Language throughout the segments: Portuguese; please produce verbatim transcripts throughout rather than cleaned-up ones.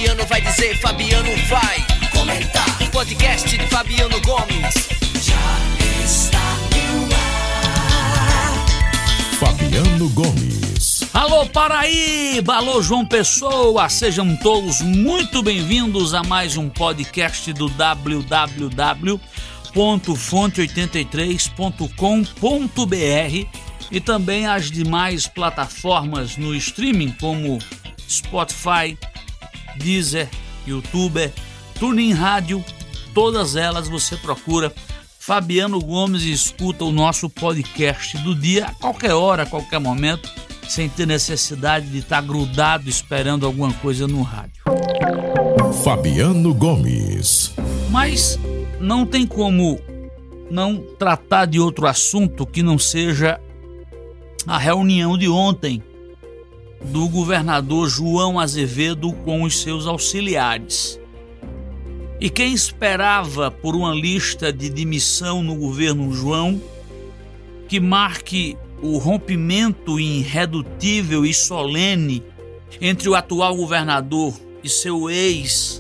Fabiano vai dizer, Fabiano vai comentar. O podcast de Fabiano Gomes já está no ar. Fabiano Gomes. Alô Paraíba, alô João Pessoa, sejam todos muito bem-vindos a mais um podcast do w w w ponto fonte oitenta e três ponto com ponto b r e também as demais plataformas no streaming como Spotify, Deezer, YouTube, TuneIn Rádio, todas elas você procura Fabiano Gomes e escuta o nosso podcast do dia a qualquer hora, a qualquer momento, sem ter necessidade de estar grudado esperando alguma coisa no rádio. Fabiano Gomes. Mas não tem como não tratar de outro assunto que não seja a reunião de ontem do governador João Azevedo com os seus auxiliares. E quem esperava por uma lista de demissão no governo João que marque o rompimento irredutível e solene entre o atual governador e seu ex,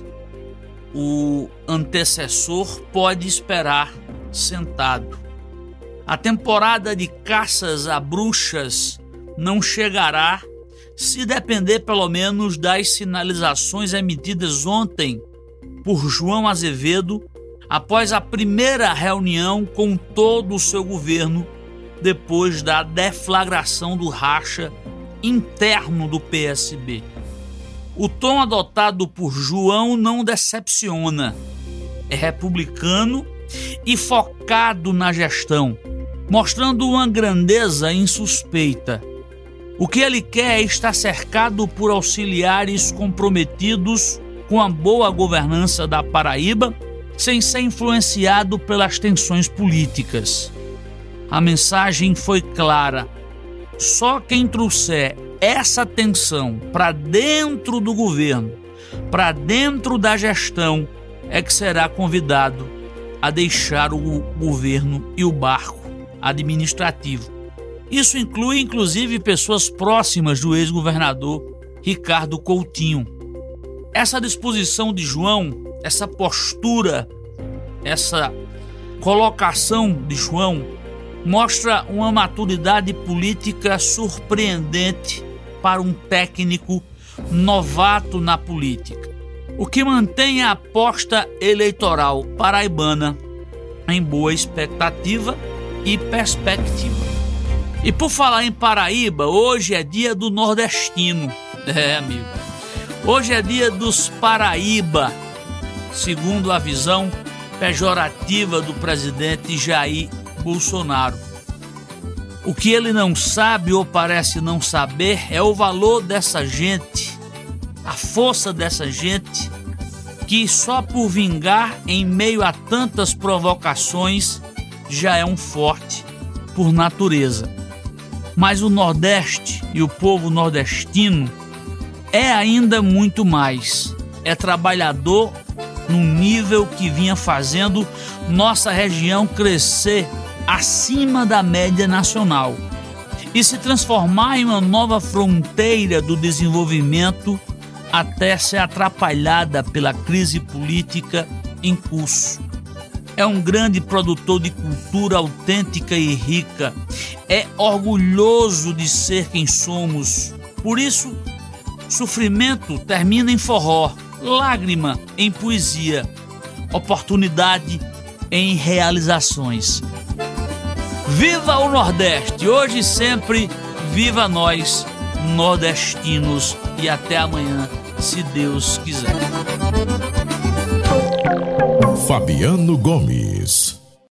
o antecessor, pode esperar sentado. A temporada de caças a bruxas não chegará se depender pelo menos das sinalizações emitidas ontem por João Azevedo após a primeira reunião com todo o seu governo depois da deflagração do racha interno do P S B. O tom adotado por João não decepciona. É republicano e focado na gestão, mostrando uma grandeza insuspeita. O que ele quer é estar cercado por auxiliares comprometidos com a boa governança da Paraíba, sem ser influenciado pelas tensões políticas. A mensagem foi clara: só quem trouxer essa tensão para dentro do governo, para dentro da gestão, é que será convidado a deixar o governo e o barco administrativo. Isso inclui, inclusive, pessoas próximas do ex-governador Ricardo Coutinho. Essa disposição de João, essa postura, essa colocação de João mostra uma maturidade política surpreendente para um técnico novato na política, o que mantém a aposta eleitoral paraibana em boa expectativa e perspectiva. E por falar em Paraíba, hoje é dia do nordestino. É, amigo. Hoje é dia dos Paraíba, segundo a visão pejorativa do presidente Jair Bolsonaro. O que ele não sabe ou parece não saber é o valor dessa gente, a força dessa gente, que só por vingar em meio a tantas provocações já é um forte por natureza. Mas o Nordeste e o povo nordestino é ainda muito mais. É trabalhador num nível que vinha fazendo nossa região crescer acima da média nacional e se transformar em uma nova fronteira do desenvolvimento até ser atrapalhada pela crise política em curso. É um grande produtor de cultura autêntica e rica. É orgulhoso de ser quem somos. Por isso, sofrimento termina em forró, lágrima em poesia, oportunidade em realizações. Viva o Nordeste! Hoje e sempre, viva nós, nordestinos! E até amanhã, se Deus quiser. Fabiano Gomes.